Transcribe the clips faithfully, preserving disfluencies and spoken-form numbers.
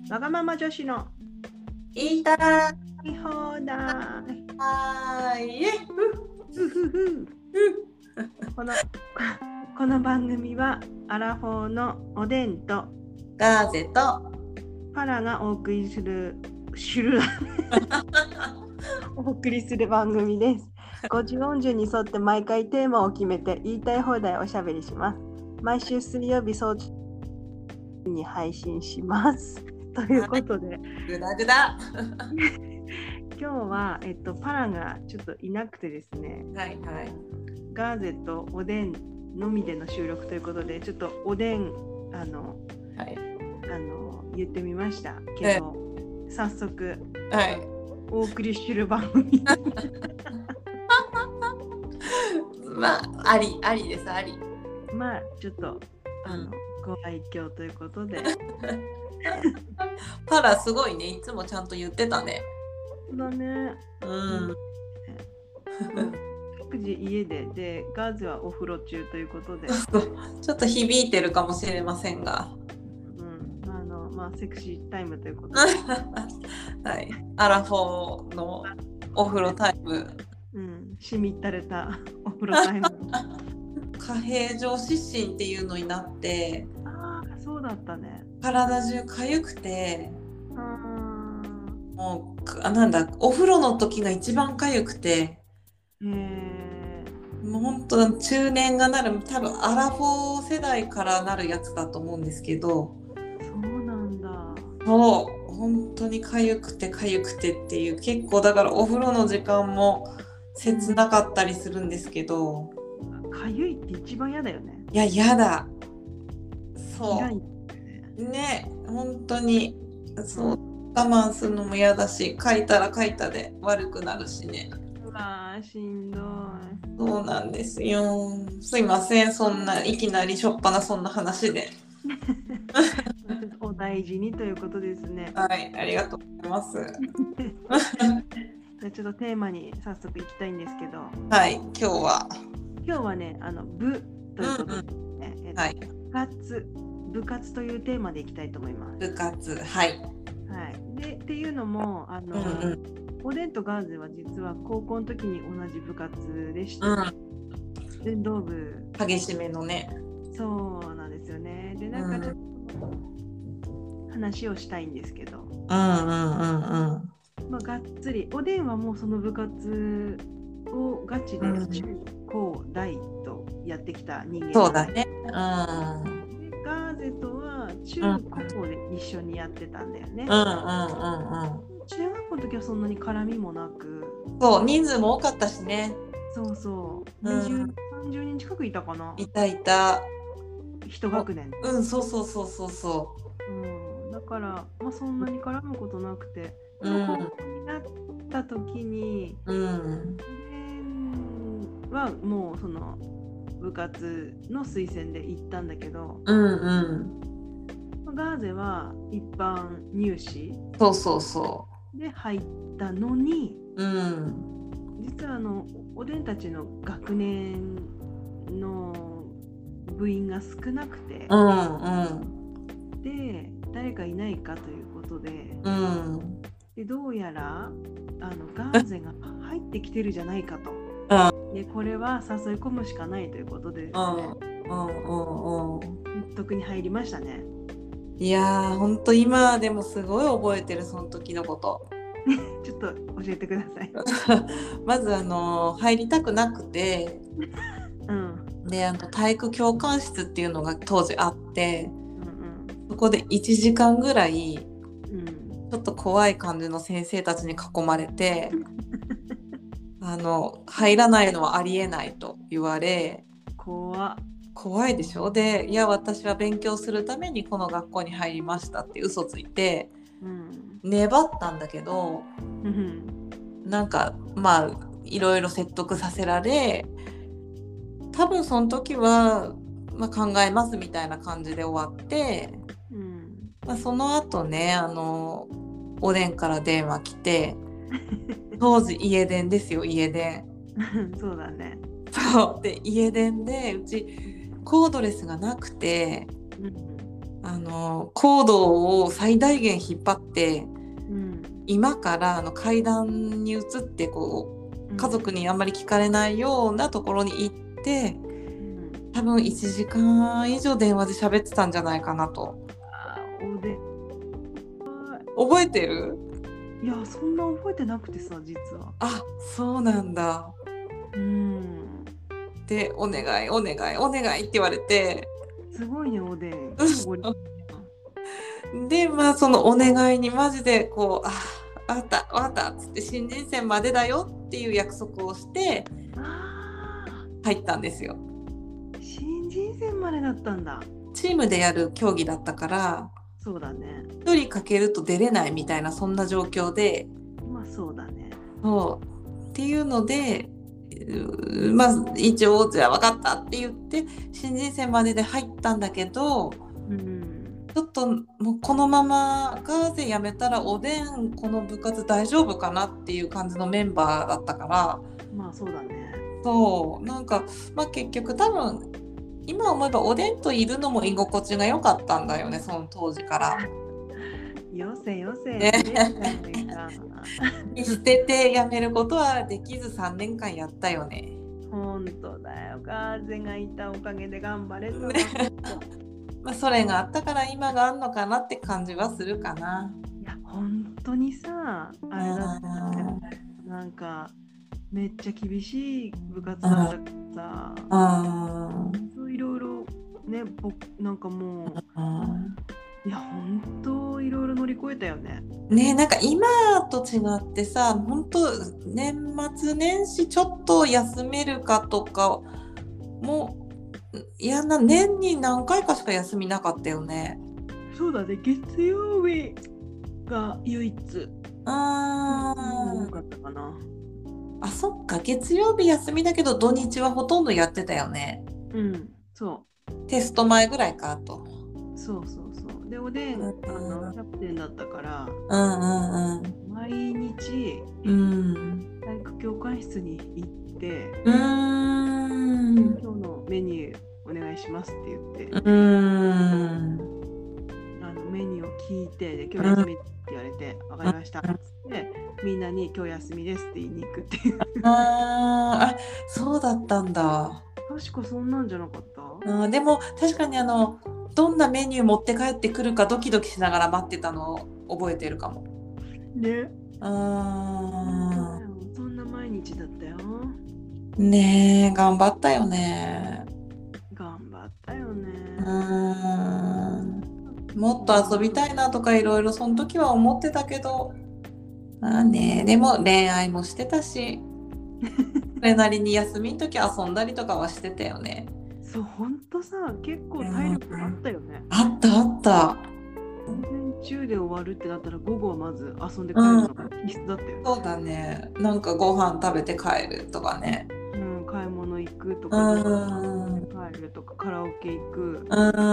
わがまま女子の言いたい言い放題。 はーい。 ふふふこのこの番組はアラフォーのおでんとガーゼとパラがお送りするシュルお送りする番組です。ごじゅうよんじゅうに沿って毎回テーマを決めて言いたい放題おしゃべりします。毎週水曜日早朝に配信します。ということで、 グダグダ今日は、えっと、パラがちょっといなくてですね、 はいはい。 ガーゼとおでんのみでの収録ということで、ちょっとおでんあの、 はい、 あの言ってみましたけど、早速、 はい、 お送りしてる番組まあありありですあり。 まあちょっとあのご愛嬌ということでパラすごいね、いつもちゃんと言ってたね。 だね。 うん。 各自家ででガーゼはお風呂中ということでちょっと響いてるかもしれませんが、 うん、あのまあセクシータイムということではい、アラフォーのお風呂タイム、 うん、しみったれたお風呂タイム下平常湿疹っていうのになって、 ああそうだったね。 体中痒くて、 あもうあなんだお風呂の時が一番痒くて、 へえもう本当中年がなる、多分アラフォー世代からなるやつだと思うんですけど、 そうなんだ。 そう本当に痒くて痒くてっていう、結構だからお風呂の時間も切なかったりするんですけど、 かゆいって一番嫌だよね。 いや嫌だ。そ嫌いね。 うね、本当にそう、我慢するのも嫌だし、書いたら書いたで悪くなるしね。 うわーしんどい。 そうなんですよ。すいません、そんないきなりしょっぱなそんな話で。 お大事にということですね。 はい、ありがとうございます。 じゃあちょっとテーマに早速いきたいんですけど、 はい、今日は今日はね、あの部ということで、ねうんうんえっとはい、 部活、部活というテーマでいきたいと思います。 部活、はい。 はい。でっていうのもあの、 うんうん、 おでんとガーゼは実は高校の時に同じ部活でして、 うん、 運動部。 激しめのね。 そうなんですよね。でなんかちょっと話をしたいんですけど、 うんうんうんうん。 まあ、がっつりおでんはもうその部活をガチで中高大とやってきた人間、 そうだね。うん。 でガーゼとは中高で一緒にやってたんだよね。 うんうんうんうん。 中学校の時はそんなに絡みもなく、 そう、人数も多かったしね。 そうそうにじゅう、さんじゅうにん近くいたかな。 いたいた。 一学年。 うん、そうそうそうそうそう。うん、だから、まあ、そんなに絡むことなくて、 う。う高校ん。 になった時に、 うん。 はもうその部活の推薦で行ったんだけど、 うんうんガーゼは一般入試そうそうそで入ったのに、 う。うん。 実はあのおでんたちの学年の部員が少なくて、 うんうんで誰かいないかということで、 うん。 でどうやらあのガーゼが入ってきてるじゃないかと。でこれは誘い込むしかないということでですね、 うんうんうん。 説得に入りましたね。 いやー、ほんと今でもすごい覚えてる、その時のこと。 ちょっと教えてください。 まずあの入りたくなくて、 うん、 であの体育教官室っていうのが当時あって、 うんそこでいちじかんぐらいうんうん、 ちょっと怖い感じの先生たちに囲まれてあの入らないのはありえないと言われ、 怖っ。 怖いでしょ。で、いや私は勉強するためにこの学校に入りましたって嘘ついて、 うん、 粘ったんだけど、 うん、 なんかまあいろいろ説得させられ、多分その時は、まあ、考えますみたいな感じで終わって、 うんまあ、その後ね、あのおでんから電話来て、当時家電ですよ、家電。 そうだね。 そうで家電でうちコードレスがなくて、 うん、 あのコードを最大限引っ張って、 うん、 今からあの階段に移ってこう家族にあんまり聞かれないようなところに行って、うん、多分いちじかん以上電話で喋ってたんじゃないかなと。 あおで覚えてる？ いやそんな覚えてなくてさ実は。 あ、そうなんだ。 うん。 でお願いお願いお願いって言われて、 すごいねおでん。 でまあそのお願いにマジでこうあわかったわかったっつって新人戦までだよっていう約束をして入ったんですよ。 新人戦までだったんだ。 チームでやる競技だったから、 そうだね。 ひとりかけると出れないみたいなそんな状況で、 まあそうだね。 そうっていうので、まあ一応じゃあ分かったって言って新人戦までで入ったんだけど、うん、ちょっともうこのままガーゼやめたらおでんこの部活大丈夫かなっていう感じのメンバーだったから、 まあそうだね。 そうなんか、まあ、結局多分今思えばおでんといるのも居心地が良かったんだよね、その当時から。 よせよせ、 ね、捨ててやめることはできずさんねんかんやったよね。 本当だよ、ガーゼがいたおかげで頑張れた、ね、 まあそれがあったから今があるのかなって感じはするかな。 いや本当にさあれだったね、なんかめっちゃ厳しい部活だったからさ、あいろいろね、僕なんかもういや本当いろいろ乗り越えたよね。 ね、なんか今と違ってさ、本当年末年始ちょっと休めるかとかもいやな、年に何回かしか休みなかったよね。 そうだね、月曜日が唯一。 あー、多かったかな。 あ、そっか、月曜日休みだけど土日はほとんどやってたよね。 うん、そう。 テスト前ぐらいかと。 そうそうそう。でおでん、うん、あのキャプテンだったから、 うんうんうん、 毎日、 うん、 体育教官室に行って、 うーん、 今日のメニューお願いしますって言って、 うーん、 あのメニューを聞いて、で今日休みって言われて、わかりましたっつって、みんなに今日休みですって言いに行くっていう。 ああ、そうだったんだ。 確かそんなんじゃなかった？ あ、でも確かにあのどんなメニュー持って帰ってくるかドキドキしながら待ってたのを覚えてるかもね。 あ、 そんな毎日だったよね。え、頑張ったよね。 頑張ったよね。 うーん、もっと遊びたいなとかいろいろその時は思ってたけど、まあね、でも恋愛もしてたしそれなりに休みの時遊んだりとかはしてたよね。 そう、ほんとさ、結構体力あったよね。 あったあった。 午前中で終わるってなったら午後はまず遊んで帰るのが必須だったよね。 そうだね。なんかご飯食べて帰るとかね。 うん、買い物行くとか、帰るとか、カラオケ行く。うん。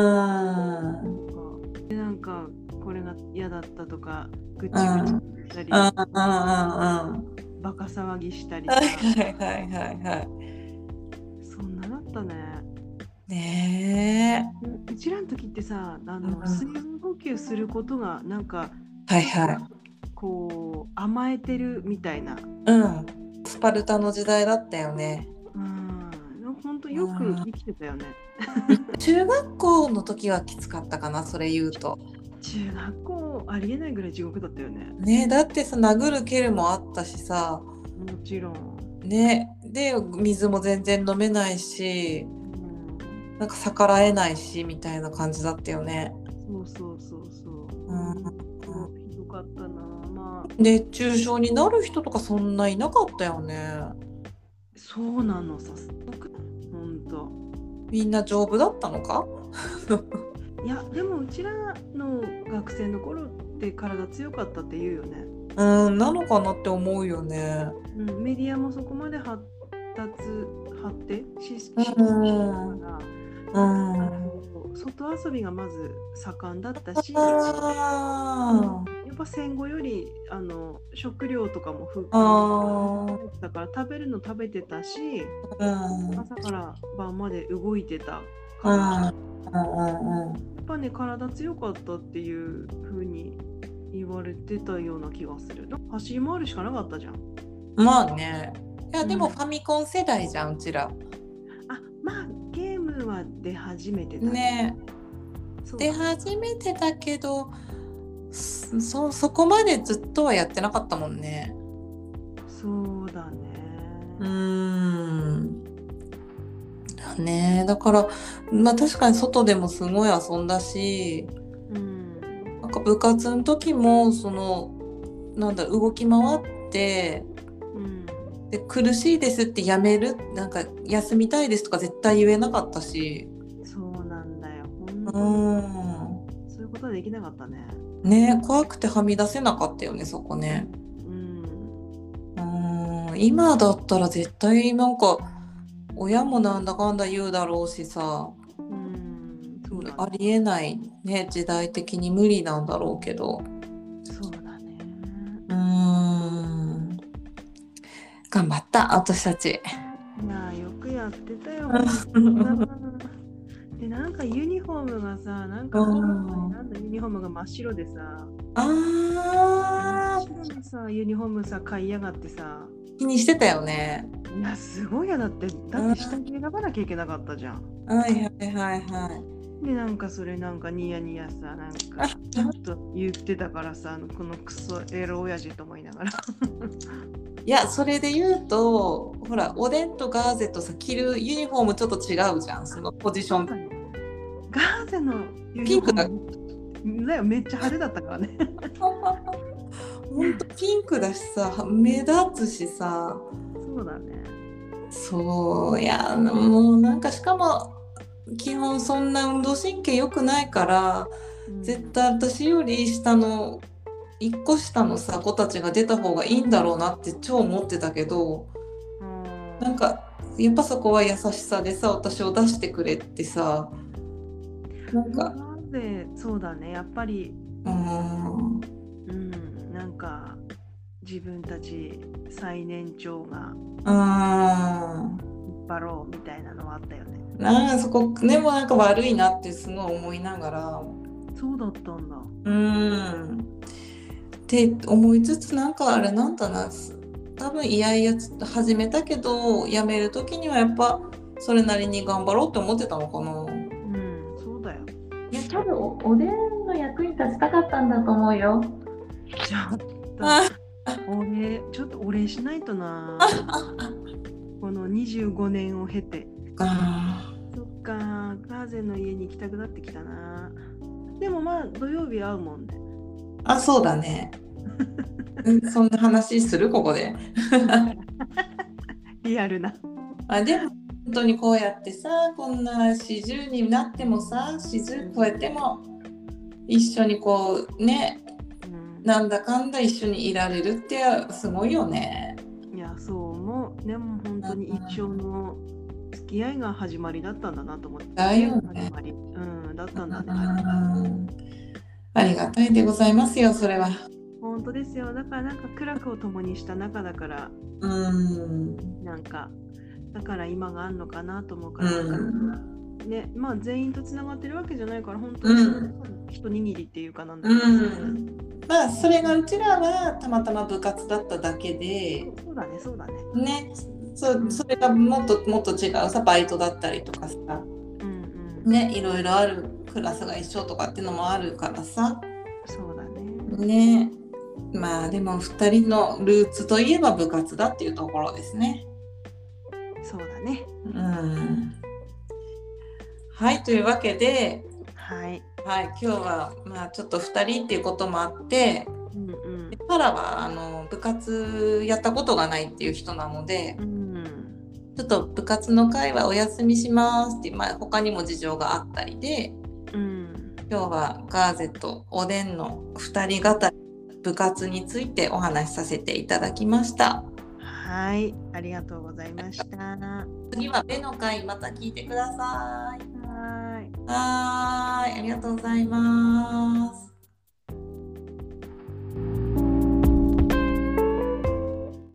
で、なんかこれが嫌だったとか、ぐちぐちしたり、バカ騒ぎしたりとか。はいはいはいはい。そんなだったね。 ねえ。うちらの時ってさ、あの、うん、水分補給することがなんか、 はいはい、 こう甘えてるみたいな、 うん、スパルタの時代だったよね。 うん、本当よく生きてたよね。 中学校の時はきつかったかな、それ言うと。 中学校ありえないぐらい地獄だったよね。 ね、だってさ、殴る蹴るもあったしさ、 もちろんね、で水も全然飲めないし、なんか逆らえないしみたいな感じだったよね。 そうそうそうそう、うん、ひどかったな。まあ熱中症になる人とかそんないなかったよね。 そうなのさ、ほんとみんな丈夫だったのかいやでもうちらの学生の頃って体強かったって言うよね。 うん、なのかなって思うよね。 うん、メディアもそこまで発達発展ししてたから、うん、外遊びがまず盛んだったし、あやっぱ戦後よりあの食料とかも増えてたから食べるの食べてたし、うん、朝から晩まで動いてたから、 ぱね体強かったっていう風に言われてたような気がする。走り回るしかなかったじゃん。 まあね。いやでもうんファミコン世代じゃんうちら。 あまあゲームは出始めてたね。 そう出始めてたけどそ, そこまでずっとはやってなかったもんね。 そうだね。 うーんだね。だからまあ確かに外でもすごい遊んだし、 うんなんか部活の時もそのなんだ動き回ってうんで苦しいですってやめるなんか休みたいですとか絶対言えなかったし。 そうなんだよ。 う本当んにそういうことはできなかったね。 ね怖くてはみ出せなかったよねそこね。 うんうん今だったら絶対なんか親もなんだかんだ言うだろうしさ、 うんそうだね。 ありえないね時代的に無理なんだろうけど。 そうだね。 うーん頑張った私たち。 いやよくやってたよ。 うんでなんかユニフォームがさなんかなんだユニフォームが真っ白でさあ真っ白にさユニフォームさ買いやがってさー気にしてたよね。 いやすごいやだってだって下に選ばなきゃいけなかったじゃん。 はいはいはいはい。 でなんかそれなんかニヤニヤさなんかちょっと言ってたからさこのクソエロ親父と思いながらいやそれで言うとほらおでんとガーゼとさ着るユニフォームちょっと違うじゃんそのポジション。 ガーゼのユニフォームだよめっちゃ派手だったからねほんとピンクだしさ目立つしさ。 そうだね。 そういやもうなんかしかも基本そんな運動神経良くないから、うん、絶対私より下のいっこ下のさ子たちが出た方がいいんだろうなって超思ってたけど、うん、なんかやっぱそこは優しさでさ私を出してくれってさなんかなんでそうだねやっぱりうん、 うん、なんか自分たち最年長が引っ張ろうみたいなのはあったよね。 なんかそこでもなんか悪いなってすごい思いながらそうだったんだうんって思いつつなんかあれなんだな多分いやいや始めたけどやめる時にはやっぱそれなりに頑張ろうって思ってたのかな。 うんそうだよ。 いや多分 お, おでんの役に立ちたかったんだと思うよ。 ちょっとお礼ちょっとお礼しないとなこのにじゅうごねんを経てあそっかガーゼの家に行きたくなってきたな。でもまあ土曜日会うもんね。 あそうだねそんな話するここでリアルなあでも本当にこうやってさこんなよんじゅうになってもさよんじゅう超えても一緒にこうね、うん、なんだかんだ一緒にいられるってすごいよね。 いやそう思う。でも本当に一生の付き合いが始まりだったんだなと思って。 だよね。 始まり、うん、だったんだね。 ありがたいでございますよそれは。 本当ですよ。だからなんか苦楽を共にした仲だからうんなんかだから今があるのかなと思うから、うんね、まあ全員とつながってるわけじゃないから本当に一握りっていうかなんだけど、うん、 まあそれがうちらはたまたま部活だっただけでそうだねそうだねね そ, それがもっともっと違うさバイトだったりとかさ、うんうん、ねいろいろあるクラスが一緒とかっていうのもあるからさそうだねねまあでもふたりのルーツといえば部活だっていうところですね。 そうだね。 うん。はいというわけで、 はいはい、今日はまあちょっとふたりっていうこともあって、うんうん、パラはあの部活やったことがないっていう人なので、うん、ちょっと部活の会はお休みしますって、まあ、他にも事情があったりで、うん、今日はガーゼとおでんのふたりがたり部活についてお話しさせていただきました。 はい、ありがとうございました。 次は目の会また聞いてください。 はい。 はい、ありがとうございます。